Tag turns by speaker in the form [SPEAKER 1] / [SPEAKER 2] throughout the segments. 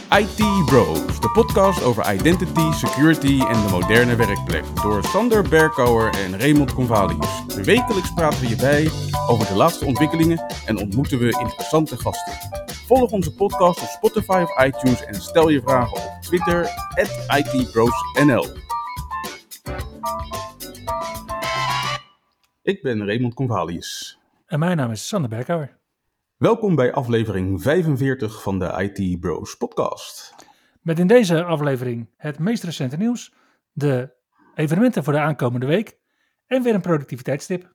[SPEAKER 1] IT Bros, de podcast over identity, security en de moderne werkplek. Door Sander Berkouwer en Raymond Convalius. Wekelijks praten we je bij over de laatste ontwikkelingen en ontmoeten we interessante gasten. Volg onze podcast op Spotify of iTunes en stel je vragen op Twitter @ITBrosNL. Ik ben Raymond Convalius.
[SPEAKER 2] En mijn naam is Sander Berkouwer.
[SPEAKER 1] Welkom bij aflevering 45 van de IT Bros podcast.
[SPEAKER 2] Met in deze aflevering het meest recente nieuws, de evenementen voor de aankomende week en weer een productiviteitstip.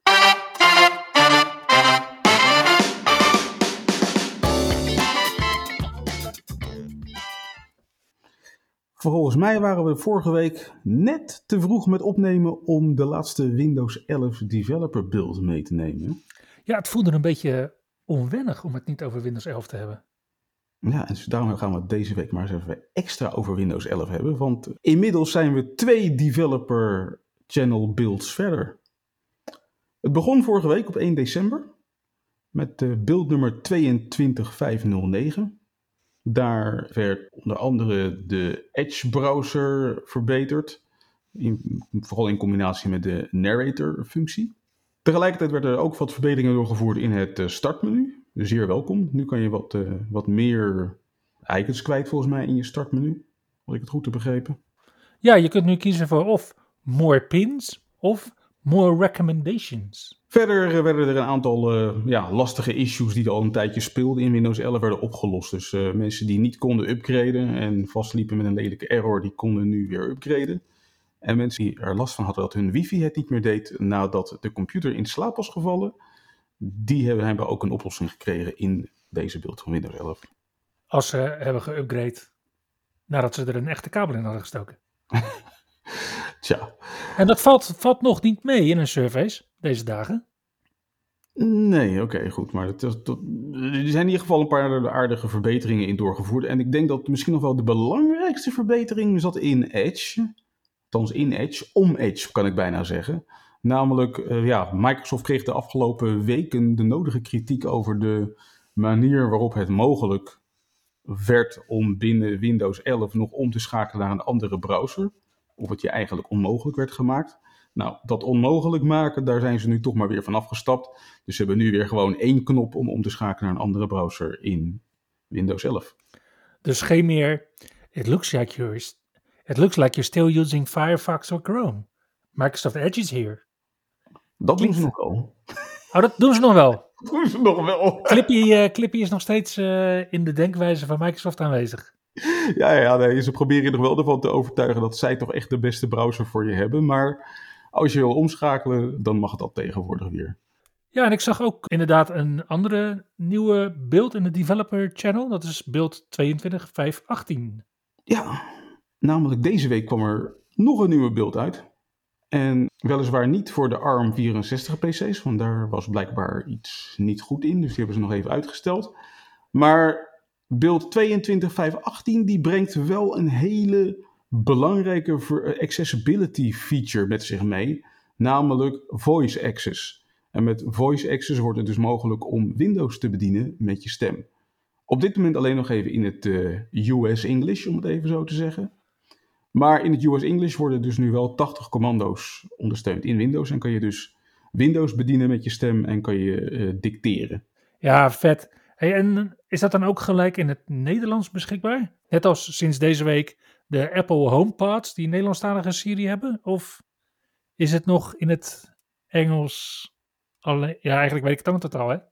[SPEAKER 1] Volgens mij waren we vorige week net te vroeg met opnemen om de laatste Windows 11 developer build mee te nemen.
[SPEAKER 2] Ja, het voelde een beetje onwennig om het niet over Windows 11 te hebben.
[SPEAKER 1] Ja, en dus daarom gaan we het deze week maar eens even extra over Windows 11 hebben. Want inmiddels zijn we 2 developer channel builds verder. Het begon vorige week op 1 december met de build nummer 22509. Daar werd onder andere de Edge browser verbeterd. Vooral in combinatie met de narrator functie. Tegelijkertijd werden er ook wat verbeteringen doorgevoerd in het startmenu. Zeer welkom. Nu kan je wat meer icons kwijt volgens mij in je startmenu. Als ik het goed heb begrepen.
[SPEAKER 2] Ja, je kunt nu kiezen voor of more pins of more recommendations.
[SPEAKER 1] Verder werden er een aantal lastige issues die al een tijdje speelden in Windows 11 werden opgelost. Dus mensen die niet konden upgraden en vastliepen met een lelijke error, die konden nu weer upgraden. En mensen die er last van hadden dat hun wifi het niet meer deed nadat de computer in slaap was gevallen, die hebben ook een oplossing gekregen in deze build van Windows 11.
[SPEAKER 2] Als ze hebben geupgrade nadat ze er een echte kabel in hadden gestoken.
[SPEAKER 1] Tja.
[SPEAKER 2] En dat valt nog niet mee in een surveys deze dagen.
[SPEAKER 1] Nee, oké, goed. Maar er zijn in ieder geval een paar aardige verbeteringen in doorgevoerd. En ik denk dat misschien nog wel de belangrijkste verbetering zat in Edge. Althans in Edge, om Edge kan ik bijna zeggen. Namelijk, Microsoft kreeg de afgelopen weken de nodige kritiek over de manier waarop het mogelijk werd om binnen Windows 11 nog om te schakelen naar een andere browser. Of het je eigenlijk onmogelijk werd gemaakt. Nou, dat onmogelijk maken, daar zijn ze nu toch maar weer van afgestapt. Dus ze hebben nu weer gewoon 1 knop om te schakelen naar een andere browser in Windows 11.
[SPEAKER 2] Dus geen meer, it looks like you're still using Firefox or Chrome. Microsoft Edge is here.
[SPEAKER 1] Dat doen ze nog wel.
[SPEAKER 2] Oh, dat doen ze nog wel.
[SPEAKER 1] Dat doen ze nog wel.
[SPEAKER 2] Clippy is nog steeds in de denkwijze van Microsoft aanwezig.
[SPEAKER 1] Ja, ze proberen je nog wel ervan te overtuigen dat zij toch echt de beste browser voor je hebben. Maar als je wil omschakelen, dan mag het al tegenwoordig weer.
[SPEAKER 2] Ja, en ik zag ook inderdaad een andere nieuwe build in de developer channel. Dat is build 22.5.18.
[SPEAKER 1] Ja, namelijk deze week kwam er nog een nieuwe build uit. En weliswaar niet voor de ARM64 PC's, want daar was blijkbaar iets niet goed in. Dus die hebben ze nog even uitgesteld. Maar build 22.5.18 die brengt wel een hele belangrijke accessibility feature met zich mee. Namelijk voice access. En met voice access wordt het dus mogelijk om Windows te bedienen met je stem. Op dit moment alleen nog even in het US English, om het even zo te zeggen. Maar in het US English worden dus nu wel 80 commando's ondersteund in Windows. En kan je dus Windows bedienen met je stem en kan je dicteren.
[SPEAKER 2] Ja, vet. Hey, en is dat dan ook gelijk in het Nederlands beschikbaar? Net als sinds deze week de Apple HomePods die Nederlandstalige Siri hebben? Of is het nog in het Engels? Ja, eigenlijk weet ik het ook totaal, hè?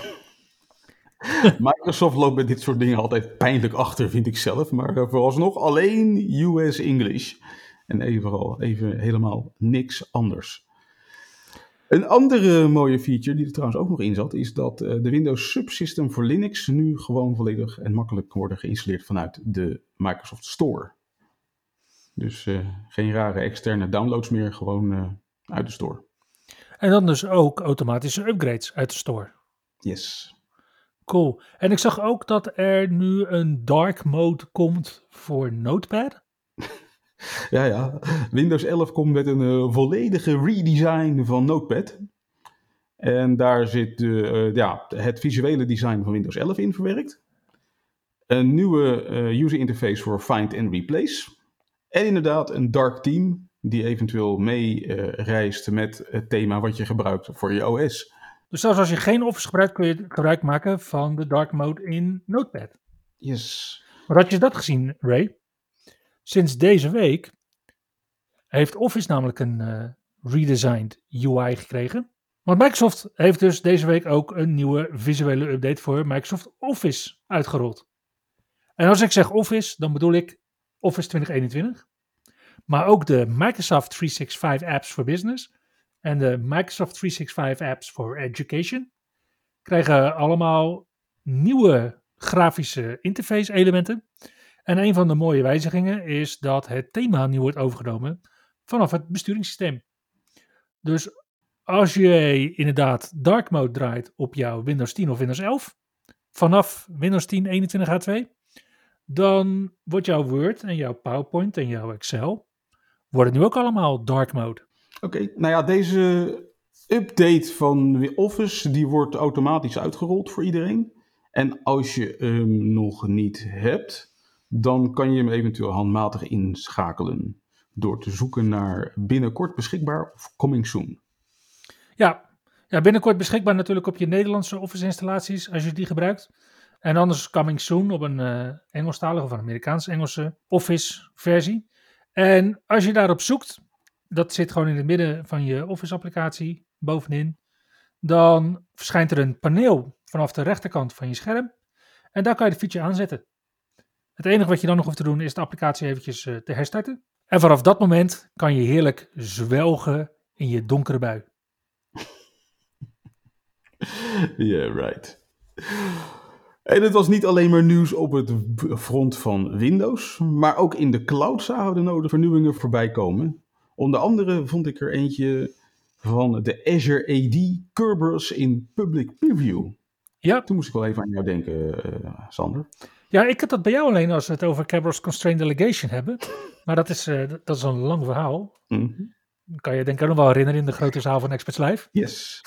[SPEAKER 1] Microsoft loopt met dit soort dingen altijd pijnlijk achter, vind ik zelf. Maar vooralsnog alleen US English. En even helemaal niks anders. Een andere mooie feature die er trouwens ook nog in zat, is dat de Windows Subsystem voor Linux nu gewoon volledig en makkelijk worden geïnstalleerd vanuit de Microsoft Store. Dus geen rare externe downloads meer, gewoon uit de store.
[SPEAKER 2] En dan dus ook automatische upgrades uit de store.
[SPEAKER 1] Yes.
[SPEAKER 2] Cool. En ik zag ook dat er nu een dark mode komt voor Notepad.
[SPEAKER 1] Ja. Windows 11 komt met een volledige redesign van Notepad. En daar zit het visuele design van Windows 11 in verwerkt. Een nieuwe user interface voor Find and Replace. En inderdaad een dark theme die eventueel mee reist met het thema wat je gebruikt voor je OS.
[SPEAKER 2] Dus zelfs als je geen Office gebruikt, kun je gebruik maken van de dark mode in Notepad.
[SPEAKER 1] Yes.
[SPEAKER 2] Maar had je dat gezien, Ray? Sinds deze week heeft Office namelijk een redesigned UI gekregen. Want Microsoft heeft dus deze week ook een nieuwe visuele update voor Microsoft Office uitgerold. En als ik zeg Office, dan bedoel ik Office 2021. Maar ook de Microsoft 365 apps voor business en de Microsoft 365 apps voor education krijgen allemaal nieuwe grafische interface elementen. En een van de mooie wijzigingen is dat het thema nu wordt overgenomen vanaf het besturingssysteem. Dus als je inderdaad dark mode draait op jouw Windows 10 of Windows 11, vanaf Windows 10 21H2, dan wordt jouw Word en jouw PowerPoint en jouw Excel worden nu ook allemaal dark mode.
[SPEAKER 1] Oké, nou ja, deze update van Office die wordt automatisch uitgerold voor iedereen. En als je hem nog niet hebt, dan kan je hem eventueel handmatig inschakelen door te zoeken naar binnenkort beschikbaar of coming soon.
[SPEAKER 2] Ja, binnenkort beschikbaar natuurlijk op je Nederlandse Office installaties als je die gebruikt. En anders coming soon op een Engelstalige of een Amerikaans-Engelse Office versie. En als je daarop zoekt, dat zit gewoon in het midden van je Office applicatie, bovenin. Dan verschijnt er een paneel vanaf de rechterkant van je scherm. En daar kan je de feature aanzetten. Het enige wat je dan nog hoeft te doen is de applicatie eventjes te herstarten. En vanaf dat moment kan je heerlijk zwelgen in je donkere bui.
[SPEAKER 1] Yeah, right. En het was niet alleen maar nieuws op het front van Windows, maar ook in de cloud zagen we de nodige vernieuwingen voorbij komen. Onder andere vond ik er eentje van de Azure AD Kerberos in public preview.
[SPEAKER 2] Ja.
[SPEAKER 1] Toen moest ik wel even aan jou denken, Sander.
[SPEAKER 2] Ja, ik heb dat bij jou alleen als we het over Kerberos Constrained Delegation hebben. Maar dat is een lang verhaal.
[SPEAKER 1] Mm-hmm.
[SPEAKER 2] Kan je denk ik ook nog wel herinneren in de grote zaal van Experts Live?
[SPEAKER 1] Yes.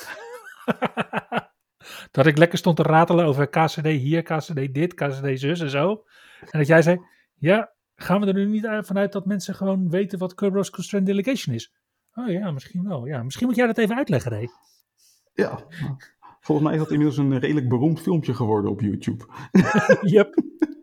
[SPEAKER 2] Dat ik lekker stond te ratelen over KCD hier, KCD dit, KCD zus en zo. En dat jij zei, ja, gaan we er nu niet vanuit dat mensen gewoon weten wat Kerberos Constrained Delegation is? Oh ja, misschien wel. Ja, misschien moet jij dat even uitleggen, Ray.
[SPEAKER 1] Ja, volgens mij is dat inmiddels een redelijk beroemd filmpje geworden op YouTube.
[SPEAKER 2] Yep.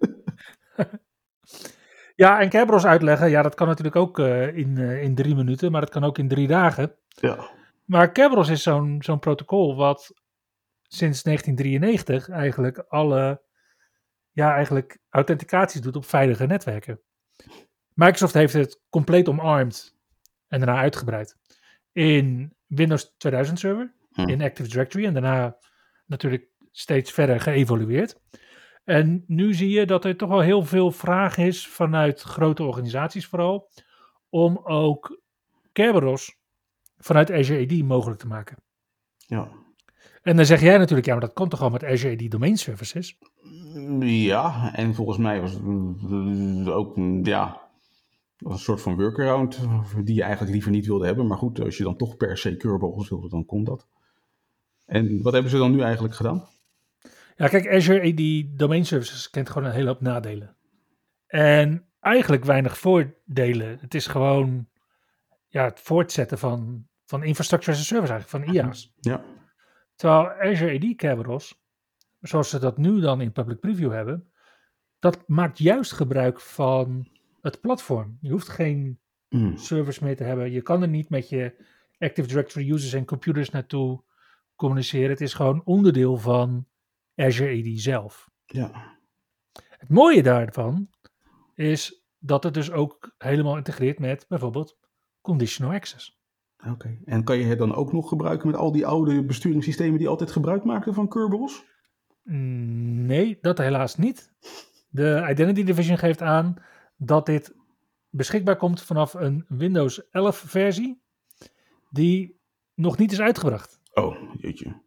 [SPEAKER 2] Ja, en Kerberos uitleggen, ja, dat kan natuurlijk ook in 3 minuten, maar dat kan ook in 3 dagen.
[SPEAKER 1] Ja.
[SPEAKER 2] Maar Kerberos is zo'n protocol wat sinds 1993 eigenlijk alle authenticaties doet op veilige netwerken. Microsoft heeft het compleet omarmd en daarna uitgebreid in Windows 2000 Server, in Active Directory en daarna natuurlijk steeds verder geëvolueerd. En nu zie je dat er toch wel heel veel vraag is vanuit grote organisaties vooral, om ook Kerberos vanuit Azure AD mogelijk te maken.
[SPEAKER 1] Ja.
[SPEAKER 2] En dan zeg jij natuurlijk, ja, maar dat komt toch al met Azure AD Domain Services?
[SPEAKER 1] Ja, en volgens mij was het ook een soort van workaround die je eigenlijk liever niet wilde hebben. Maar goed, als je dan toch per se Kerberos wilde, dan kon dat. En wat hebben ze dan nu eigenlijk gedaan?
[SPEAKER 2] Ja, kijk, Azure AD Domain Services kent gewoon een hele hoop nadelen. En eigenlijk weinig voordelen. Het is gewoon het voortzetten van Infrastructure as a Service eigenlijk, van IaaS.
[SPEAKER 1] Ja.
[SPEAKER 2] Terwijl Azure AD Kerberos, zoals ze dat nu dan in public preview hebben, dat maakt juist gebruik van het platform. Je hoeft geen servers meer te hebben. Je kan er niet met je Active Directory users en computers naartoe communiceren. Het is gewoon onderdeel van Azure AD zelf.
[SPEAKER 1] Ja.
[SPEAKER 2] Het mooie daarvan is dat het dus ook helemaal integreert met bijvoorbeeld conditional access.
[SPEAKER 1] Oké. En kan je het dan ook nog gebruiken met al die oude besturingssystemen die altijd gebruik maakten van Kerberos?
[SPEAKER 2] Nee, dat helaas niet. De Identity Division geeft aan dat dit beschikbaar komt vanaf een Windows 11 versie die nog niet is uitgebracht.
[SPEAKER 1] Oh, jeetje.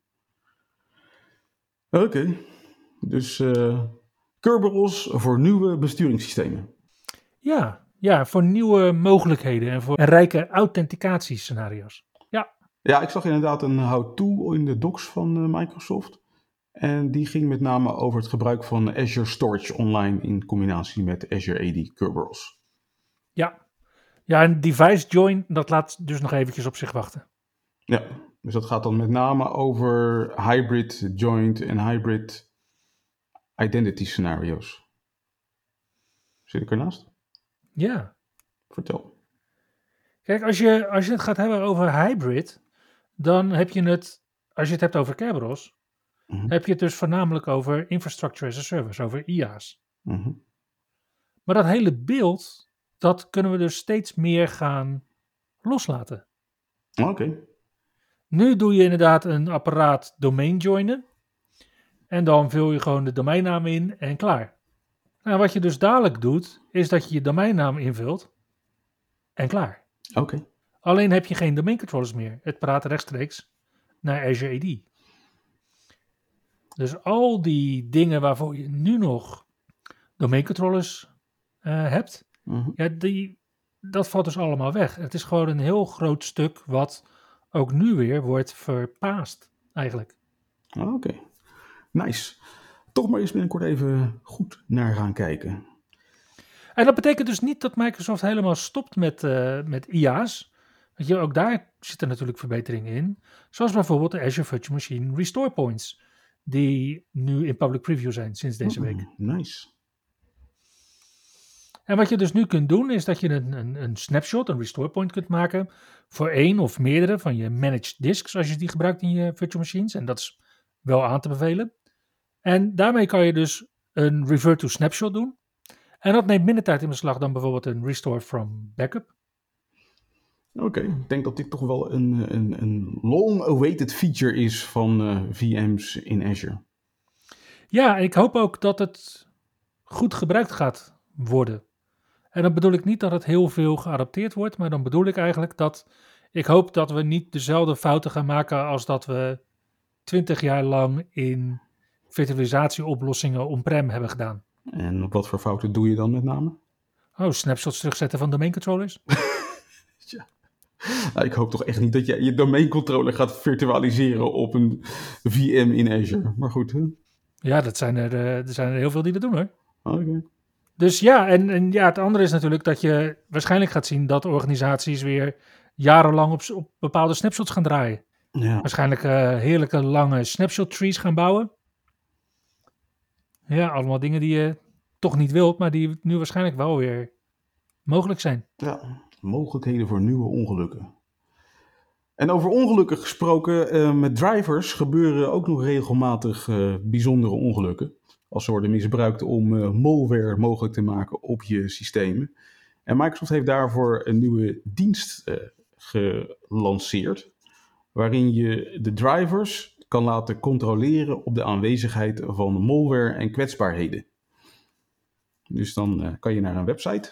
[SPEAKER 1] Oké. Dus Kerberos voor nieuwe besturingssystemen.
[SPEAKER 2] Ja, voor nieuwe mogelijkheden en voor rijke authenticatiescenario's. Ja.
[SPEAKER 1] Ja, ik zag inderdaad een how-to in de docs van Microsoft. En die ging met name over het gebruik van Azure Storage Online in combinatie met Azure AD Kerberos.
[SPEAKER 2] Ja, en device join, dat laat dus nog eventjes op zich wachten.
[SPEAKER 1] Ja, dus dat gaat dan met name over hybrid joint en hybrid identity scenario's. Zit ik ernaast?
[SPEAKER 2] Ja.
[SPEAKER 1] Vertel.
[SPEAKER 2] Kijk, als je het gaat hebben over hybrid, dan heb je het, als je het hebt over Kerberos, heb je het dus voornamelijk over Infrastructure as a Service, over IaaS. Maar dat hele beeld, dat kunnen we dus steeds meer gaan loslaten.
[SPEAKER 1] Oké.
[SPEAKER 2] Nu doe je inderdaad een apparaat domain joinen. En dan vul je gewoon de domeinnaam in en klaar. Nou, wat je dus dadelijk doet, is dat je je domeinnaam invult en klaar.
[SPEAKER 1] Oké.
[SPEAKER 2] Alleen heb je geen domain controllers meer. Het praat rechtstreeks naar Azure AD. Dus al die dingen waarvoor je nu nog domain controllers hebt, ja, dat valt dus allemaal weg. Het is gewoon een heel groot stuk wat ook nu weer wordt verpaast eigenlijk.
[SPEAKER 1] Oké. Nice. Toch maar eens binnenkort even goed naar gaan kijken.
[SPEAKER 2] En dat betekent dus niet dat Microsoft helemaal stopt met IaaS. Want ook daar zitten natuurlijk verbeteringen in. Zoals bijvoorbeeld de Azure Virtual Machine Restore Points. Die nu in public preview zijn sinds deze week.
[SPEAKER 1] Nice.
[SPEAKER 2] En wat je dus nu kunt doen is dat je een snapshot, een restore point kunt maken. Voor één of meerdere van je managed disks als je die gebruikt in je virtual machines. En dat is wel aan te bevelen. En daarmee kan je dus een revert to snapshot doen. En dat neemt minder tijd in beslag dan bijvoorbeeld een restore from backup.
[SPEAKER 1] Oké, ik denk dat dit toch wel een long-awaited feature is van VM's in Azure.
[SPEAKER 2] Ja, ik hoop ook dat het goed gebruikt gaat worden. En dan bedoel ik niet dat het heel veel geadapteerd wordt, maar dan bedoel ik eigenlijk dat ik hoop dat we niet dezelfde fouten gaan maken als dat we 20 jaar lang in virtualisatieoplossingen on-prem hebben gedaan.
[SPEAKER 1] En wat voor fouten doe je dan met name?
[SPEAKER 2] Snapshots terugzetten van domain controllers.
[SPEAKER 1] Ja. Nou, ik hoop toch echt niet dat je je domain controller gaat virtualiseren op een VM in Azure. Maar goed. Hè?
[SPEAKER 2] Ja, er zijn er heel veel die dat doen hoor.
[SPEAKER 1] Oké.
[SPEAKER 2] Dus ja, en ja, het andere is natuurlijk dat je waarschijnlijk gaat zien dat organisaties weer jarenlang op bepaalde snapshots gaan draaien.
[SPEAKER 1] Ja.
[SPEAKER 2] Waarschijnlijk heerlijke lange snapshot trees gaan bouwen. Ja, allemaal dingen die je toch niet wilt, maar die nu waarschijnlijk wel weer mogelijk zijn.
[SPEAKER 1] Ja, mogelijkheden voor nieuwe ongelukken. En over ongelukken gesproken, met drivers gebeuren ook nog regelmatig bijzondere ongelukken. Als ze worden misbruikt om malware mogelijk te maken op je systemen. En Microsoft heeft daarvoor een nieuwe dienst gelanceerd. Waarin je de drivers kan laten controleren op de aanwezigheid van malware en kwetsbaarheden. Dus dan kan je naar een website.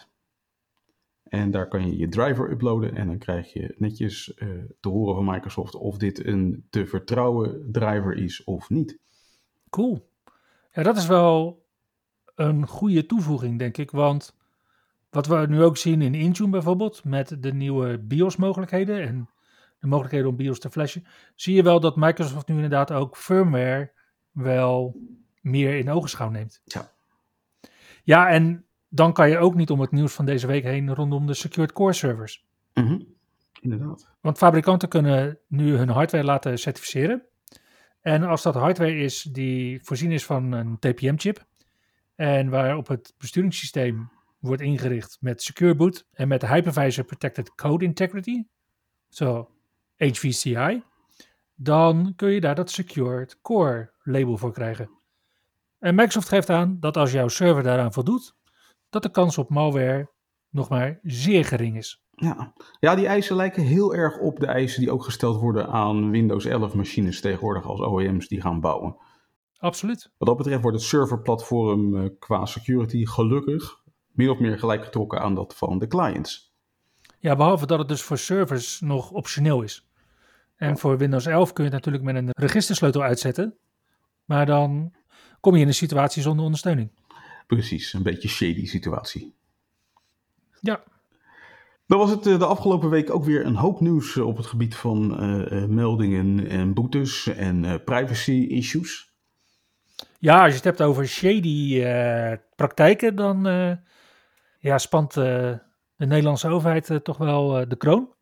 [SPEAKER 1] En daar kan je je driver uploaden. En dan krijg je netjes te horen van Microsoft of dit een te vertrouwen driver is of niet.
[SPEAKER 2] Cool. Ja, dat is wel een goede toevoeging, denk ik. Want wat we nu ook zien in Intune bijvoorbeeld, met de nieuwe BIOS mogelijkheden en de mogelijkheden om BIOS te flashen, zie je wel dat Microsoft nu inderdaad ook firmware wel meer in ogenschouw neemt.
[SPEAKER 1] Ja.
[SPEAKER 2] Ja, en dan kan je ook niet om het nieuws van deze week heen rondom de Secured Core servers.
[SPEAKER 1] Inderdaad.
[SPEAKER 2] Want fabrikanten kunnen nu hun hardware laten certificeren. En als dat hardware is die voorzien is van een TPM-chip en waarop het besturingssysteem wordt ingericht met Secure Boot en met Hypervisor Protected Code Integrity, zo HVCI, dan kun je daar dat Secured Core label voor krijgen. En Microsoft geeft aan dat als jouw server daaraan voldoet, dat de kans op malware nog maar zeer gering is.
[SPEAKER 1] Ja, die eisen lijken heel erg op de eisen die ook gesteld worden aan Windows 11 machines tegenwoordig als OEM's die gaan bouwen.
[SPEAKER 2] Absoluut.
[SPEAKER 1] Wat dat betreft wordt het serverplatform qua security gelukkig min of meer gelijk getrokken aan dat van de clients.
[SPEAKER 2] Ja, behalve dat het dus voor servers nog optioneel is. En voor Windows 11 kun je het natuurlijk met een registersleutel uitzetten. Maar dan kom je in een situatie zonder ondersteuning.
[SPEAKER 1] Precies, een beetje shady situatie.
[SPEAKER 2] Ja.
[SPEAKER 1] Dan was het de afgelopen week ook weer een hoop nieuws op het gebied van meldingen en boetes en privacy issues.
[SPEAKER 2] Ja, als je het hebt over shady praktijken, dan spant de Nederlandse overheid toch wel de kroon.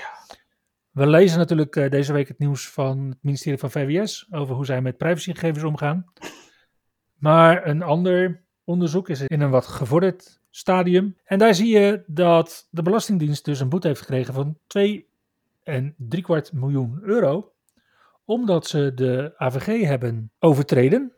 [SPEAKER 2] We lezen natuurlijk deze week het nieuws van het ministerie van VWS over hoe zij met privacygegevens omgaan. Maar een ander onderzoek is in een wat gevorderd stadium. En daar zie je dat de Belastingdienst dus een boete heeft gekregen van 2,75 miljoen euro. Omdat ze de AVG hebben overtreden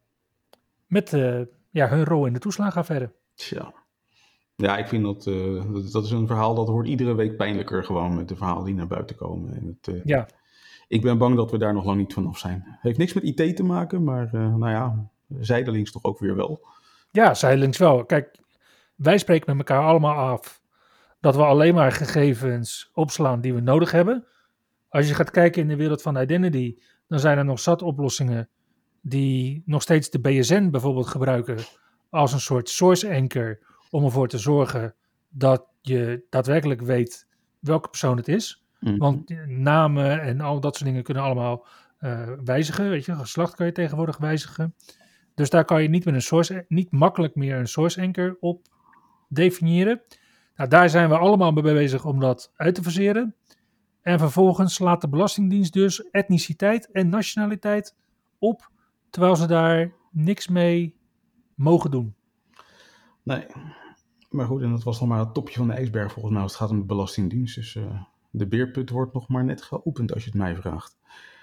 [SPEAKER 2] met hun rol in de toeslagenaffaire.
[SPEAKER 1] Tja. Ja, ik vind dat is een verhaal dat wordt iedere week pijnlijker gewoon met de verhalen die naar buiten komen. En
[SPEAKER 2] Ja.
[SPEAKER 1] Ik ben bang dat we daar nog lang niet vanaf zijn. Heeft niks met IT te maken, maar zijdelings toch ook weer wel.
[SPEAKER 2] Ja, zijdelings wel. Kijk, wij spreken met elkaar allemaal af dat we alleen maar gegevens opslaan die we nodig hebben. Als je gaat kijken in de wereld van identity, dan zijn er nog zat oplossingen die nog steeds de BSN bijvoorbeeld gebruiken als een soort source anchor om ervoor te zorgen dat je daadwerkelijk weet welke persoon het is.
[SPEAKER 1] Mm.
[SPEAKER 2] Want namen en al dat soort dingen kunnen allemaal wijzigen. Weet je, geslacht kan je tegenwoordig wijzigen. Dus daar kan je niet makkelijk meer een source anchor op definiëren. Nou, daar zijn we allemaal mee bezig om dat uit te faseren. En vervolgens slaat de Belastingdienst dus etniciteit en nationaliteit op, terwijl ze daar niks mee mogen doen.
[SPEAKER 1] Nee, maar goed, en dat was nog maar het topje van de ijsberg volgens mij als het gaat om de Belastingdienst. Dus de beerput wordt nog maar net geopend als je het mij vraagt.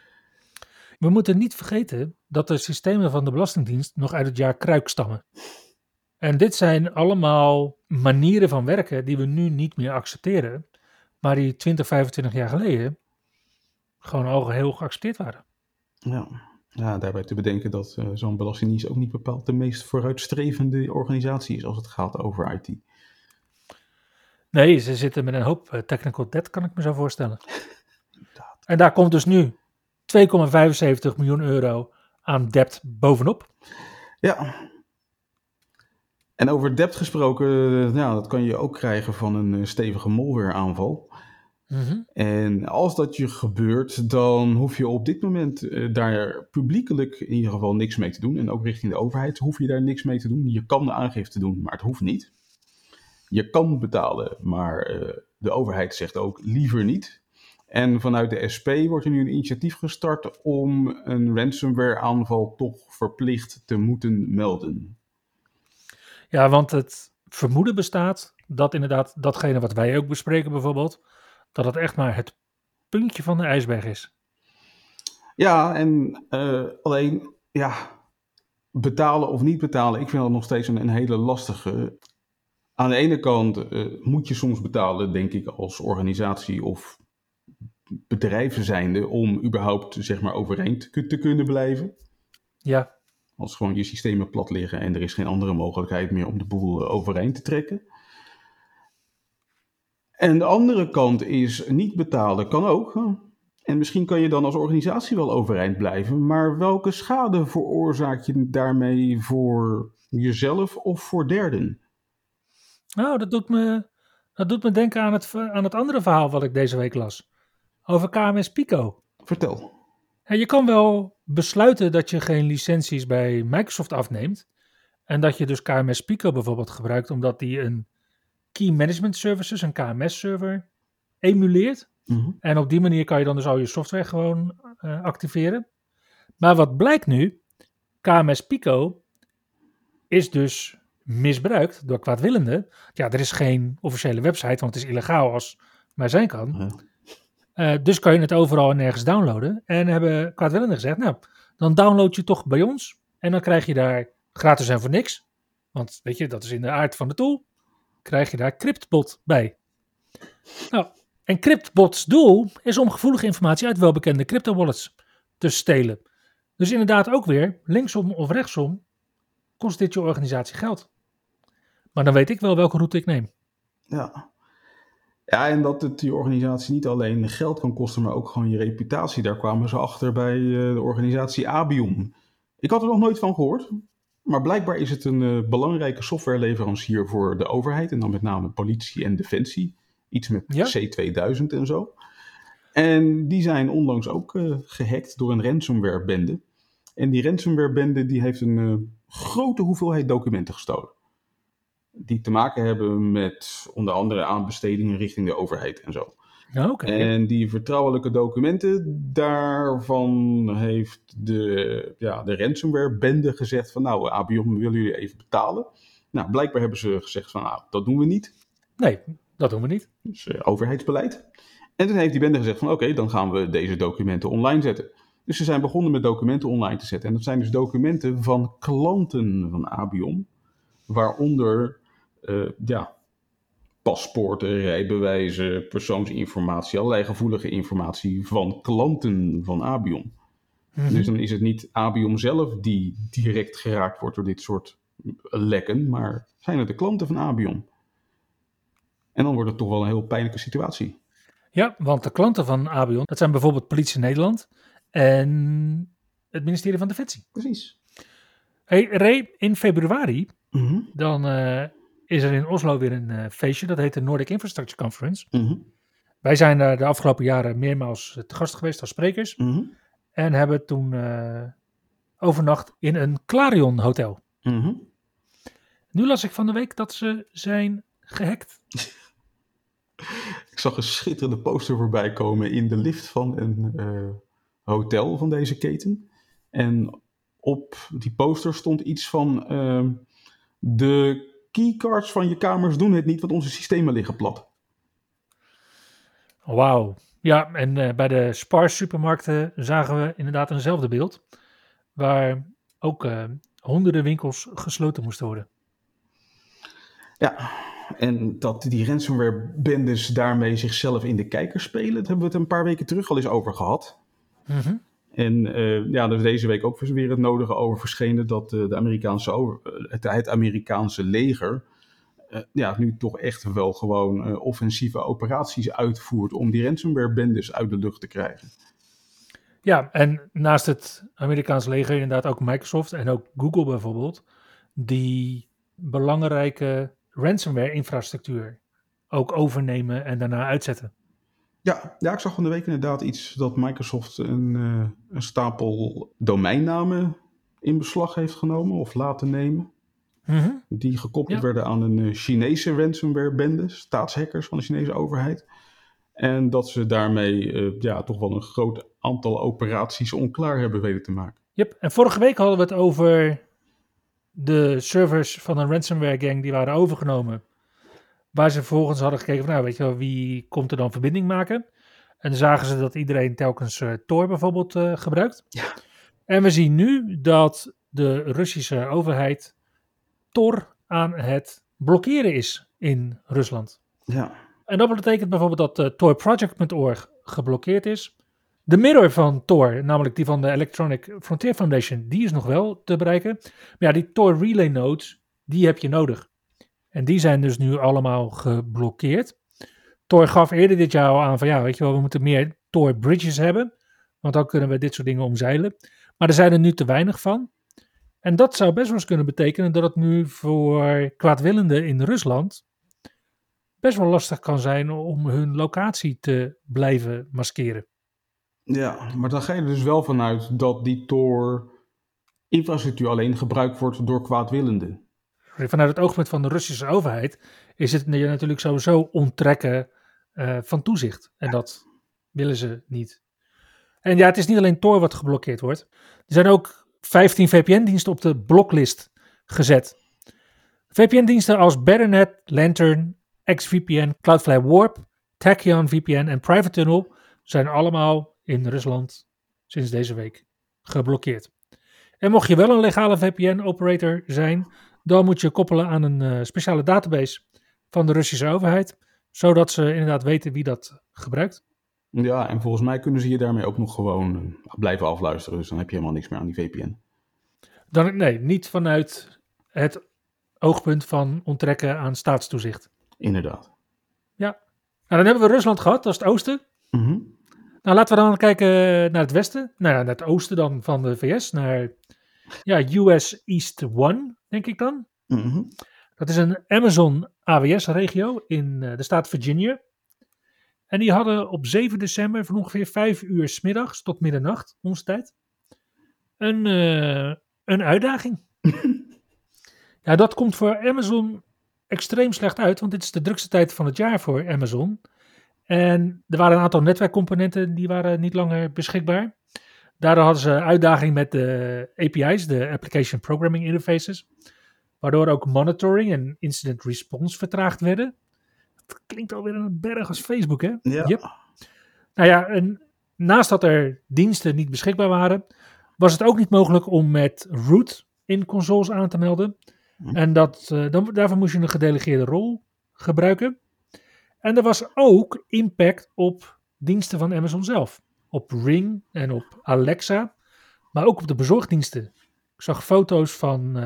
[SPEAKER 2] We moeten niet vergeten dat de systemen van de Belastingdienst nog uit het jaar Kruik stammen. En dit zijn allemaal manieren van werken die we nu niet meer accepteren, maar die 20, 25 jaar geleden gewoon al heel geaccepteerd waren.
[SPEAKER 1] Ja, daarbij te bedenken dat zo'n Belastingdienst ook niet bepaald de meest vooruitstrevende organisatie is als het gaat over IT.
[SPEAKER 2] Nee, ze zitten met een hoop technical debt, kan ik me zo voorstellen. En daar komt dus nu 2,75 miljoen euro aan debt bovenop.
[SPEAKER 1] Ja. En over debt gesproken, dat kan je ook krijgen van een stevige malware-aanval.
[SPEAKER 2] Mm-hmm.
[SPEAKER 1] En als dat je gebeurt, dan hoef je op dit moment daar publiekelijk in ieder geval niks mee te doen. En ook richting de overheid hoef je daar niks mee te doen. Je kan de aangifte doen, maar het hoeft niet. Je kan betalen, maar de overheid zegt ook liever niet. En vanuit de SP wordt er nu een initiatief gestart om een ransomware-aanval toch verplicht te moeten melden.
[SPEAKER 2] Ja, want het vermoeden bestaat dat inderdaad datgene wat wij ook bespreken bijvoorbeeld, dat het echt maar het puntje van de ijsberg is.
[SPEAKER 1] Ja, en alleen, betalen of niet betalen, ik vind dat nog steeds een hele lastige. Aan de ene kant moet je soms betalen, denk ik, als organisatie of bedrijven zijnde, om überhaupt, zeg maar, overeind te kunnen blijven.
[SPEAKER 2] Ja.
[SPEAKER 1] Als gewoon je systemen plat liggen en er is geen andere mogelijkheid meer om de boel overeind te trekken. En de andere kant is niet betalen kan ook. En misschien kan je dan als organisatie wel overeind blijven, maar welke schade veroorzaak je daarmee voor jezelf of voor derden?
[SPEAKER 2] Nou, dat doet me denken aan het andere verhaal wat ik deze week las. Over KMS Pico.
[SPEAKER 1] Vertel.
[SPEAKER 2] Je kan wel besluiten dat je geen licenties bij Microsoft afneemt. En dat je dus KMS Pico bijvoorbeeld gebruikt omdat die een Key Management Services, een KMS-server, emuleert.
[SPEAKER 1] Mm-hmm.
[SPEAKER 2] En op die manier kan je dan dus al je software gewoon activeren. Maar wat blijkt nu? KMS Pico is dus misbruikt door kwaadwillenden. Ja, er is geen officiële website, want het is illegaal als maar zijn kan. Dus kan je het overal en nergens downloaden. En hebben kwaadwillenden gezegd, nou, dan download je toch bij ons. En dan krijg je daar gratis en voor niks. Want weet je, dat is in de aard van de tool. Krijg je daar CryptBot bij. Nou, en CryptBot's doel is om gevoelige informatie uit welbekende crypto-wallets te stelen. Dus inderdaad ook weer, linksom of rechtsom, kost dit je organisatie geld. Maar dan weet ik wel welke route ik neem.
[SPEAKER 1] Ja, en dat het je organisatie niet alleen geld kan kosten, maar ook gewoon je reputatie. Daar kwamen ze achter bij de organisatie Abiom. Ik had er nog nooit van gehoord, maar blijkbaar is het een belangrijke softwareleverancier voor de overheid. En dan met name politie en defensie. Iets met C2000 en zo. En die zijn onlangs ook gehackt door een ransomware-bende. En die ransomware-bende die heeft een grote hoeveelheid documenten gestolen. Die te maken hebben met onder andere aanbestedingen richting de overheid en zo.
[SPEAKER 2] Oké.
[SPEAKER 1] En die vertrouwelijke documenten, daarvan heeft de ransomware-bende gezegd van nou, ABIOM, we willen jullie even betalen. Nou, blijkbaar hebben ze gezegd van nou, dat doen we niet.
[SPEAKER 2] Nee, dat doen we niet.
[SPEAKER 1] Dus overheidsbeleid. En toen heeft die bende gezegd van oké, dan gaan we deze documenten online zetten. Dus ze zijn begonnen met documenten online te zetten. En dat zijn dus documenten van klanten van ABIOM. Waaronder paspoorten, rijbewijzen, persoonsinformatie, allerlei gevoelige informatie van klanten van ABIOM.
[SPEAKER 2] Mhm.
[SPEAKER 1] Dus dan is het niet ABIOM zelf die direct geraakt wordt door dit soort lekken, maar zijn het de klanten van ABIOM. En dan wordt het toch wel een heel pijnlijke situatie.
[SPEAKER 2] Ja, want de klanten van ABIOM, dat zijn bijvoorbeeld Politie Nederland en het ministerie van Defensie.
[SPEAKER 1] Precies.
[SPEAKER 2] Hey Ray, in februari,
[SPEAKER 1] Mhm.
[SPEAKER 2] dan is er in Oslo weer een feestje, dat heet de Nordic Infrastructure Conference.
[SPEAKER 1] Mhm.
[SPEAKER 2] Wij zijn daar de afgelopen jaren meermaals te gast geweest als sprekers
[SPEAKER 1] Mhm.
[SPEAKER 2] en hebben toen overnacht in een Clarion hotel.
[SPEAKER 1] Mhm.
[SPEAKER 2] Nu las ik van de week dat ze zijn gehackt.
[SPEAKER 1] Ik zag een schitterende poster voorbij komen in de lift van een hotel van deze keten. En op die poster stond iets van de keycards van je kamers doen het niet, want onze systemen liggen plat.
[SPEAKER 2] Wauw. Ja, en bij de Spar supermarkten zagen we inderdaad eenzelfde beeld. Waar ook honderden winkels gesloten moesten worden.
[SPEAKER 1] Ja, en dat die ransomware-bendes daarmee zichzelf in de kijker spelen, daar hebben we het een paar weken terug al eens over gehad.
[SPEAKER 2] Mhm.
[SPEAKER 1] En er is deze week ook weer het nodige over verschenen dat het Amerikaanse leger nu toch echt wel gewoon offensieve operaties uitvoert om die ransomware-bendes uit de lucht te krijgen.
[SPEAKER 2] Ja, en naast het Amerikaanse leger inderdaad ook Microsoft en ook Google bijvoorbeeld, die belangrijke ransomware-infrastructuur ook overnemen en daarna uitzetten.
[SPEAKER 1] Ja, ik zag van de week inderdaad iets dat Microsoft een stapel domeinnamen in beslag heeft genomen of laten nemen.
[SPEAKER 2] Mhm.
[SPEAKER 1] Die gekoppeld werden aan een Chinese ransomware-bende, staatshackers van de Chinese overheid. En dat ze daarmee toch wel een groot aantal operaties onklaar hebben weten te maken.
[SPEAKER 2] Yep. En vorige week hadden we het over de servers van een ransomware gang die waren overgenomen. Waar ze vervolgens hadden gekeken van, nou weet je wel, wie komt er dan verbinding maken? En dan zagen ze dat iedereen telkens Tor bijvoorbeeld gebruikt.
[SPEAKER 1] Ja.
[SPEAKER 2] En we zien nu dat de Russische overheid Tor aan het blokkeren is in Rusland.
[SPEAKER 1] Ja.
[SPEAKER 2] En dat betekent bijvoorbeeld dat torproject.org geblokkeerd is. De mirror van Tor, namelijk die van de Electronic Frontier Foundation, die is nog wel te bereiken. Maar ja, die Tor relay nodes, die heb je nodig. En die zijn dus nu allemaal geblokkeerd. Tor gaf eerder dit jaar al aan van ja, weet je wel, we moeten meer Tor bridges hebben. Want dan kunnen we dit soort dingen omzeilen. Maar er zijn er nu te weinig van. En dat zou best wel eens kunnen betekenen dat het nu voor kwaadwillenden in Rusland best wel lastig kan zijn om hun locatie te blijven maskeren.
[SPEAKER 1] Ja, maar dan ga je er dus wel vanuit dat die Tor-infrastructuur alleen gebruikt wordt door kwaadwillenden.
[SPEAKER 2] Vanuit het oogpunt van de Russische overheid is het natuurlijk sowieso onttrekken van toezicht. En dat willen ze niet. En ja, het is niet alleen Tor wat geblokkeerd wordt. Er zijn ook 15 VPN-diensten op de bloklist gezet. VPN-diensten als Betternet, Lantern, XVPN, Cloudflare Warp, Tachyon VPN en Private Tunnel zijn allemaal in Rusland sinds deze week geblokkeerd. En mocht je wel een legale VPN-operator zijn, dan moet je koppelen aan een speciale database van de Russische overheid, zodat ze inderdaad weten wie dat gebruikt.
[SPEAKER 1] Ja, en volgens mij kunnen ze je daarmee ook nog gewoon blijven afluisteren. Dus dan heb je helemaal niks meer aan die VPN.
[SPEAKER 2] Nee, niet vanuit het oogpunt van onttrekken aan staatstoezicht.
[SPEAKER 1] Inderdaad.
[SPEAKER 2] Ja. Nou, dan hebben we Rusland gehad, dat is het oosten.
[SPEAKER 1] Mhm.
[SPEAKER 2] Nou, laten we dan kijken naar het westen. Nou ja, naar het oosten dan van de VS. Naar US East 1, denk ik dan.
[SPEAKER 1] Mhm.
[SPEAKER 2] Dat is een Amazon AWS-regio in de staat Virginia. En die hadden op 7 december van ongeveer 5 uur 's middags tot middernacht, onze tijd, een uitdaging. Ja, dat komt voor Amazon extreem slecht uit, want dit is de drukste tijd van het jaar voor Amazon. En er waren een aantal netwerkcomponenten die waren niet langer beschikbaar. Daardoor hadden ze uitdaging met de API's, de Application Programming Interfaces, waardoor ook monitoring en incident response vertraagd werden. Dat klinkt alweer een berg als Facebook, hè?
[SPEAKER 1] Ja.
[SPEAKER 2] Yep. Nou ja, en naast dat er diensten niet beschikbaar waren, was het ook niet mogelijk om met root in consoles aan te melden. En daarvoor moest je een gedelegeerde rol gebruiken. En er was ook impact op diensten van Amazon zelf. Op Ring en op Alexa, maar ook op de bezorgdiensten. Ik zag foto's van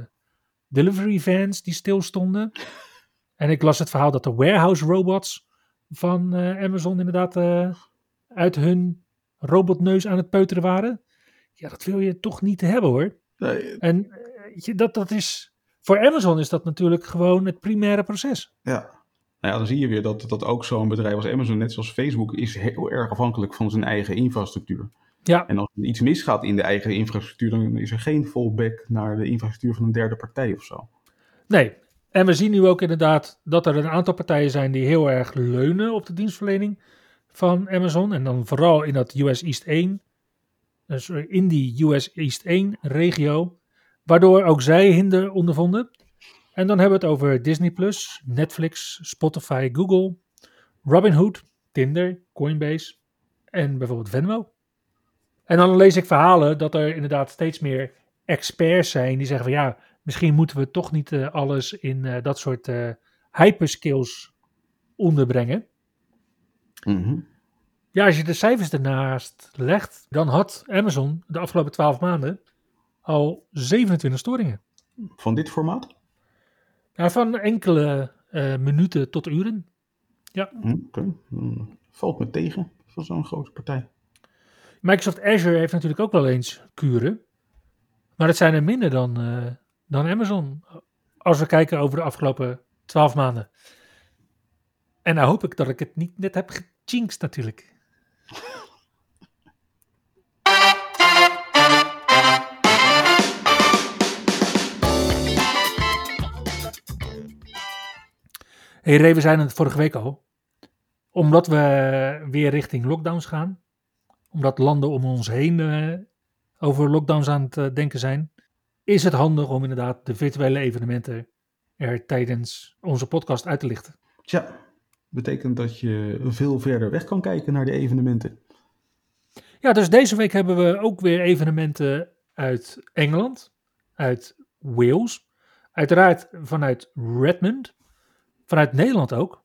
[SPEAKER 2] delivery vans die stilstonden. En ik las het verhaal dat de warehouse robots van Amazon inderdaad uit hun robotneus aan het peuteren waren. Ja, dat wil je toch niet hebben, hoor.
[SPEAKER 1] Nee.
[SPEAKER 2] En dat is... Voor Amazon is dat natuurlijk gewoon het primaire proces.
[SPEAKER 1] Ja. Nou ja, dan zie je weer dat ook zo'n bedrijf als Amazon, net zoals Facebook, is heel erg afhankelijk van zijn eigen infrastructuur.
[SPEAKER 2] Ja.
[SPEAKER 1] En als er iets misgaat in de eigen infrastructuur, dan is er geen fallback naar de infrastructuur van een derde partij of zo.
[SPEAKER 2] Nee. En we zien nu ook inderdaad dat er een aantal partijen zijn die heel erg leunen op de dienstverlening van Amazon. En dan vooral in dat US East 1. Dus in die US East 1 regio. Waardoor ook zij hinder ondervonden. En dan hebben we het over Disney+, Netflix, Spotify, Google, Robinhood, Tinder, Coinbase en bijvoorbeeld Venmo. En dan lees ik verhalen dat er inderdaad steeds meer experts zijn die zeggen van ja, misschien moeten we toch niet alles in dat soort hyperskills onderbrengen.
[SPEAKER 1] Mm-hmm.
[SPEAKER 2] Ja, als je de cijfers ernaast legt, dan had Amazon de afgelopen 12 maanden al 27 storingen.
[SPEAKER 1] Van dit formaat?
[SPEAKER 2] Ja, van enkele minuten tot uren. Ja.
[SPEAKER 1] Oké. Valt me tegen van zo'n grote partij.
[SPEAKER 2] Microsoft Azure heeft natuurlijk ook wel eens kuren. Maar het zijn er minder dan Amazon. Als we kijken over de afgelopen 12 maanden. En nou hoop ik dat ik het niet net heb gejinxed natuurlijk. Hey Ray, we zijn het vorige week al. Omdat we weer richting lockdowns gaan. Omdat landen om ons heen over lockdowns aan het denken zijn. Is het handig om inderdaad de virtuele evenementen er tijdens onze podcast uit te lichten.
[SPEAKER 1] Tja, betekent dat je veel verder weg kan kijken naar de evenementen.
[SPEAKER 2] Ja, dus deze week hebben we ook weer evenementen uit Engeland, uit Wales, uiteraard vanuit Redmond, vanuit Nederland ook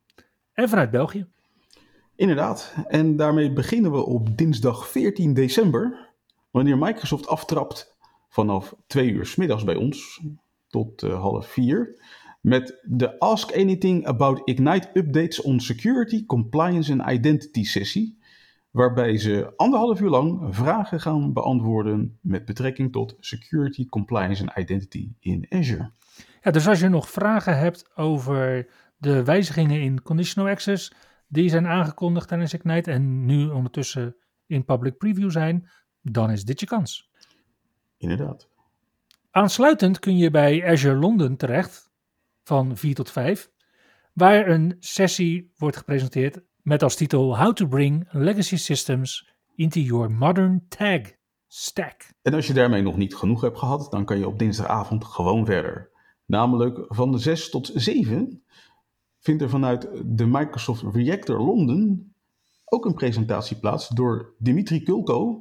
[SPEAKER 2] en vanuit België.
[SPEAKER 1] Inderdaad, en daarmee beginnen we op dinsdag 14 december, wanneer Microsoft aftrapt vanaf 2 uur 's middags bij ons tot 3:30 met de Ask Anything About Ignite Updates on Security, Compliance and Identity sessie, waarbij ze 1,5 uur lang vragen gaan beantwoorden met betrekking tot Security, Compliance and Identity in Azure.
[SPEAKER 2] Ja, dus als je nog vragen hebt over de wijzigingen in Conditional Access, die zijn aangekondigd tijdens Ignite en nu ondertussen in public preview zijn, dan is dit je kans.
[SPEAKER 1] Inderdaad.
[SPEAKER 2] Aansluitend kun je bij Azure Londen terecht, van 4 tot 5, waar een sessie wordt gepresenteerd met als titel How to Bring Legacy Systems into Your Modern Tag Stack.
[SPEAKER 1] En als je daarmee nog niet genoeg hebt gehad, dan kan je op dinsdagavond gewoon verder. Namelijk van de 6 tot 7 vindt er vanuit de Microsoft Reactor Londen ook een presentatie plaats door Dimitri Kulko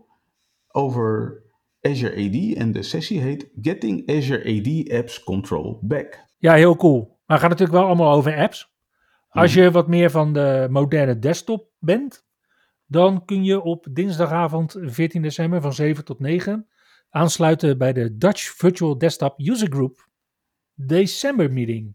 [SPEAKER 1] over Azure AD. En de sessie heet Getting Azure AD Apps Control Back.
[SPEAKER 2] Ja, heel cool. Maar het gaat natuurlijk wel allemaal over apps. Als je wat meer van de moderne desktop bent, dan kun je op dinsdagavond 14 december van 7 tot 9 aansluiten bij de Dutch Virtual Desktop User Group December Meeting.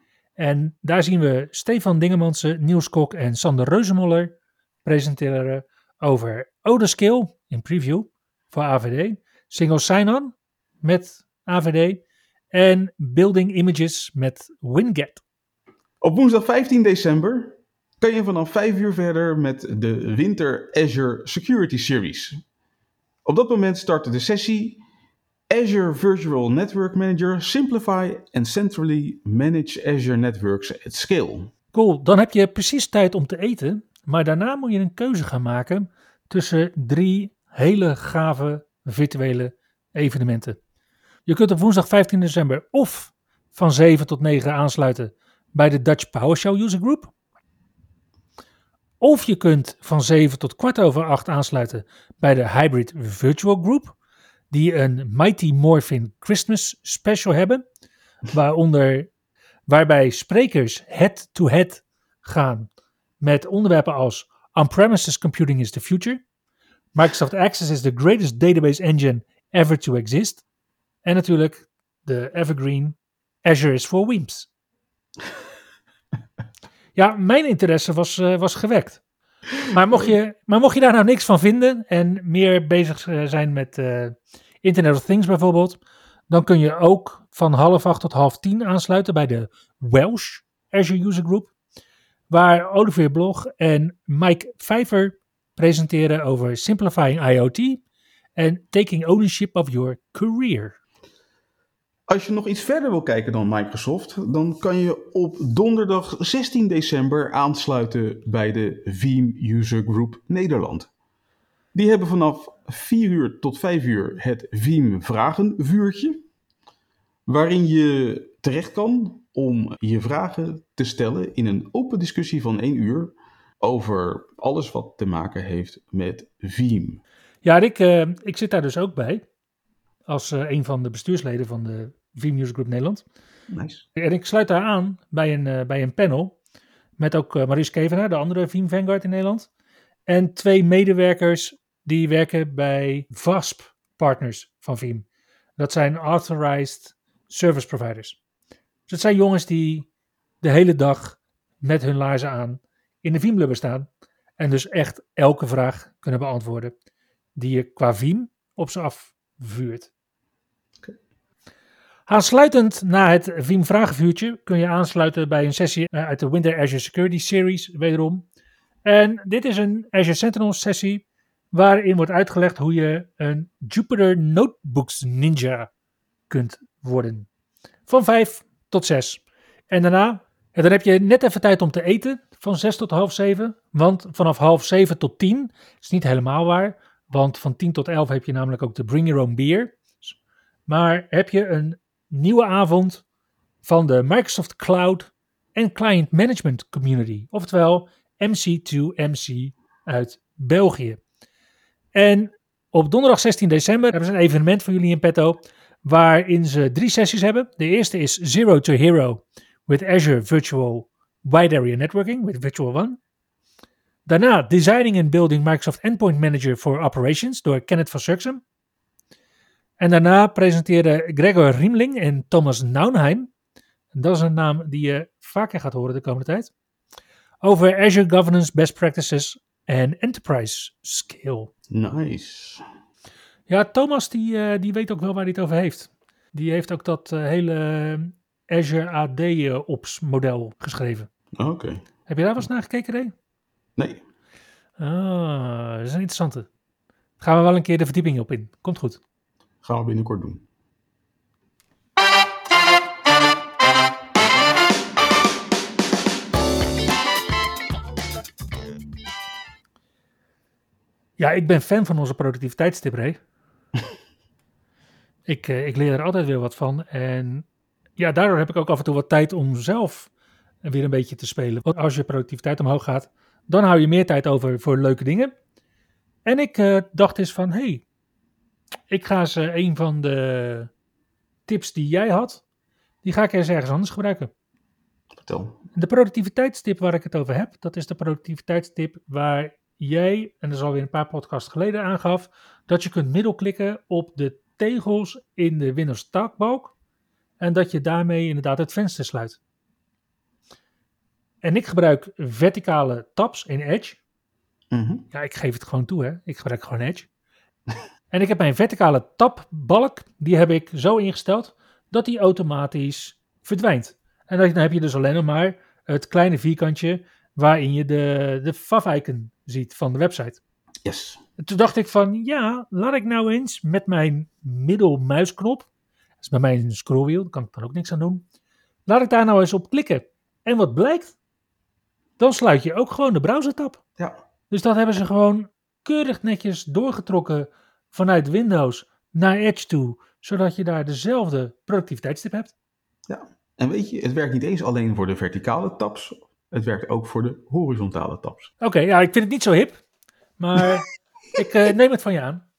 [SPEAKER 2] En daar zien we Stefan Dingemansen, Niels Kok en Sander Reuzemoller presenteren over Odeskill in preview voor AVD, Single Sign-On met AVD en Building Images met Winget.
[SPEAKER 1] Op woensdag 15 december kan je vanaf 5 uur verder met de Winter Azure Security Series. Op dat moment startte de sessie Azure Virtual Network Manager Simplify and Centrally Manage Azure Networks at Scale.
[SPEAKER 2] Cool, dan heb je precies tijd om te eten, maar daarna moet je een keuze gaan maken tussen 3 hele gave virtuele evenementen. Je kunt op woensdag 15 december of van 7 tot 9 aansluiten bij de Dutch PowerShell User Group. Of je kunt van 7 tot 7:15 aansluiten bij de Hybrid Virtual Group, die een Mighty Morphin Christmas special hebben, waarbij sprekers head-to-head gaan met onderwerpen als On-premises computing is the future, Microsoft Access is the greatest database engine ever to exist, en natuurlijk de evergreen Azure is for Wimps. Ja, mijn interesse was gewekt. Maar mocht je daar nou niks van vinden en meer bezig zijn met Internet of Things bijvoorbeeld, dan kun je ook van 7:30 tot 9:30 aansluiten bij de Welsh Azure User Group, waar Olivier Blog en Mike Pfeiffer presenteren over Simplifying IoT en Taking Ownership of Your Career.
[SPEAKER 1] Als je nog iets verder wil kijken dan Microsoft, dan kan je op donderdag 16 december aansluiten bij de Veeam User Group Nederland. Die hebben vanaf 4 uur tot 5 uur het Veeam Vragenvuurtje, waarin je terecht kan om je vragen te stellen in een open discussie van 1 uur over alles wat te maken heeft met Veeam.
[SPEAKER 2] Ja, ik zit daar dus ook bij, als een van de bestuursleden van de Veeam User Group Nederland.
[SPEAKER 1] Nice.
[SPEAKER 2] En ik sluit daar aan bij een panel met ook Maurice Kevenaar, de andere Veeam Vanguard in Nederland. En 2 medewerkers die werken bij VASP partners van Veeam. Dat zijn Authorized Service Providers. Dus het zijn jongens die de hele dag met hun laarzen aan in de Veeam-lubber staan. En dus echt elke vraag kunnen beantwoorden die je qua Veeam op ze afvuurt. Aansluitend na het Veeam vragenvuurtje kun je aansluiten bij een sessie uit de Winter Azure Security Series wederom. En dit is een Azure Sentinel sessie waarin wordt uitgelegd hoe je een Jupyter Notebooks Ninja kunt worden. Van 5 tot 6. En daarna, dan heb je net even tijd om te eten van 6 tot 6:30. Want vanaf 6:30 tot 10 is niet helemaal waar. Want van 10 tot 11 heb je namelijk ook de Bring Your Own Beer. Maar heb je een nieuwe avond van de Microsoft Cloud en Client Management Community. Oftewel MC2MC uit België. En op donderdag 16 december hebben ze een evenement voor jullie in petto, waarin ze 3 sessies hebben. De eerste is Zero to Hero with Azure Virtual Wide Area Networking with Virtual One. Daarna Designing and Building Microsoft Endpoint Manager for Operations door Kenneth van Surksum. En daarna presenteren Gregor Riemling en Thomas Naunheim, dat is een naam die je vaker gaat horen de komende tijd, over Azure Governance Best Practices en Enterprise Scale.
[SPEAKER 1] Nice.
[SPEAKER 2] Ja, Thomas die weet ook wel waar hij het over heeft. Die heeft ook dat hele Azure AD Ops model geschreven.
[SPEAKER 1] Oké.
[SPEAKER 2] Heb je daar wel eens naar gekeken, Ray?
[SPEAKER 1] Nee.
[SPEAKER 2] Ah, dat is een interessante. Gaan we wel een keer de verdieping op in. Komt goed.
[SPEAKER 1] Gaan we binnenkort doen.
[SPEAKER 2] Ja, ik ben fan van onze productiviteitstip, Ray. Ik leer er altijd weer wat van. En ja, daardoor heb ik ook af en toe wat tijd om zelf weer een beetje te spelen. Want als je productiviteit omhoog gaat, dan hou je meer tijd over voor leuke dingen. En ik dacht eens van, hey, ik ga eens een van de tips die jij had, die ga ik eens ergens anders gebruiken.
[SPEAKER 1] Vertel.
[SPEAKER 2] De productiviteitstip waar ik het over heb, dat is de productiviteitstip waar jij, en dat is alweer een paar podcasts geleden aangaf, dat je kunt middelklikken op de tegels in de Windows taskbalk en dat je daarmee inderdaad het venster sluit. En ik gebruik verticale tabs in Edge.
[SPEAKER 1] Mm-hmm.
[SPEAKER 2] Ja, ik geef het gewoon toe, hè. Ik gebruik gewoon Edge. En ik heb mijn verticale tabbalk, die heb ik zo ingesteld dat die automatisch verdwijnt. En dan heb je dus alleen nog maar het kleine vierkantje waarin je de fav-icon ziet van de website.
[SPEAKER 1] Yes.
[SPEAKER 2] Toen dacht ik van, ja, laat ik nou eens met mijn middelmuisknop, dat is bij mij een scrollwiel, daar kan ik dan ook niks aan doen, laat ik daar nou eens op klikken. En wat blijkt? Dan sluit je ook gewoon de browsertab.
[SPEAKER 1] Ja.
[SPEAKER 2] Dus dat hebben ze gewoon keurig netjes doorgetrokken vanuit Windows naar Edge toe, zodat je daar dezelfde productiviteitstip hebt.
[SPEAKER 1] Ja. En weet je, het werkt niet eens alleen voor de verticale tabs. Het werkt ook voor de horizontale tabs.
[SPEAKER 2] Oké, ja, ik vind het niet zo hip, maar ik neem het van je aan.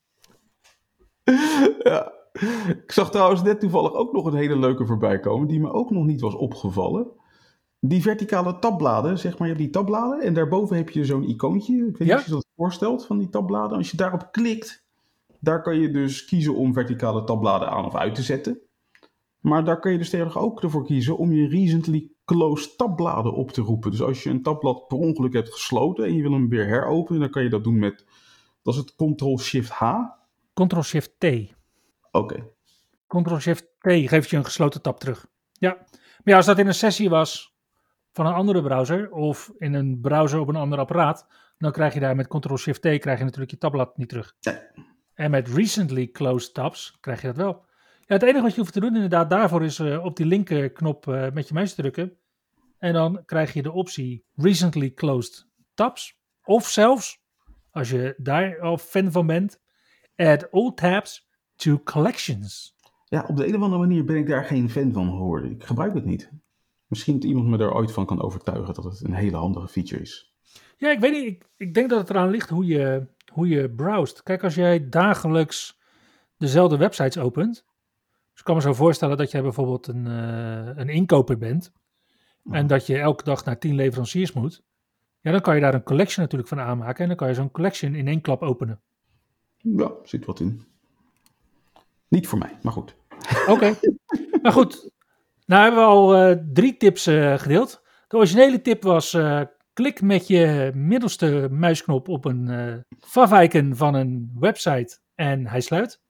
[SPEAKER 1] Ja. Ik zag trouwens net toevallig ook nog een hele leuke voorbij komen, die me ook nog niet was opgevallen. Die verticale tabbladen, zeg maar, je hebt die tabbladen en daarboven heb je zo'n icoontje. Ik weet niet of je dat voorstelt van die tabbladen. Als je daarop klikt, daar kan je dus kiezen om verticale tabbladen aan of uit te zetten. Maar daar kan je dus tegenwoordig ook ervoor kiezen om je recently closed tabbladen op te roepen. Dus als je een tabblad per ongeluk hebt gesloten en je wil hem weer heropenen, dan kan je dat doen met, dat is het Ctrl-Shift-H.
[SPEAKER 2] Ctrl-Shift-T.
[SPEAKER 1] Oké.
[SPEAKER 2] Ctrl-Shift-T geeft je een gesloten tab terug. Ja, maar ja, als dat in een sessie was van een andere browser of in een browser op een ander apparaat, dan krijg je daar met Ctrl-Shift-T krijg je natuurlijk je tabblad niet terug.
[SPEAKER 1] Nee.
[SPEAKER 2] En met recently closed tabs krijg je dat wel. Ja, het enige wat je hoeft te doen inderdaad daarvoor is op die linkerknop met je muis te drukken. En dan krijg je de optie recently closed tabs. Of zelfs, als je daar al fan van bent, add all tabs to collections.
[SPEAKER 1] Ja, op de een of andere manier ben ik daar geen fan van geworden. Ik gebruik het niet. Misschien dat iemand me daar ooit van kan overtuigen dat het een hele handige feature is.
[SPEAKER 2] Ja, ik weet niet. Ik denk dat het eraan ligt hoe je browst. Kijk, als jij dagelijks dezelfde websites opent. Dus ik kan me zo voorstellen dat jij bijvoorbeeld een inkoper bent. En dat je elke dag naar 10 leveranciers moet. Ja, dan kan je daar een collection natuurlijk van aanmaken. En dan kan je zo'n collection in één klap openen.
[SPEAKER 1] Ja, zit wat in. Niet voor mij, maar goed.
[SPEAKER 2] Oké. Maar goed, nou hebben we al 3 tips gedeeld. De originele tip was, klik met je middelste muisknop op een favicon van een website en hij sluit.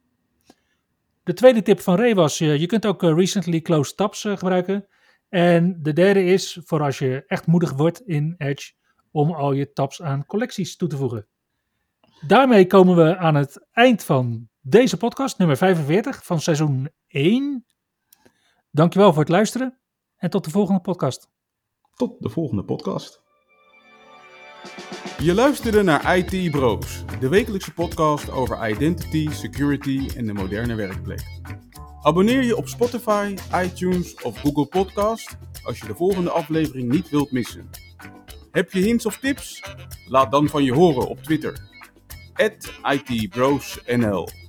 [SPEAKER 2] De tweede tip van Ray was, je kunt ook recently closed tabs gebruiken. En de derde is, voor als je echt moedig wordt in Edge, om al je tabs aan collecties toe te voegen. Daarmee komen we aan het eind van deze podcast, nummer 45 van seizoen 1. Dankjewel voor het luisteren en tot de volgende podcast.
[SPEAKER 1] Tot de volgende podcast.
[SPEAKER 3] Je luisterde naar IT Bros, de wekelijkse podcast over identity, security en de moderne werkplek. Abonneer je op Spotify, iTunes of Google Podcast als je de volgende aflevering niet wilt missen. Heb je hints of tips? Laat dan van je horen op Twitter. @ITBrosNL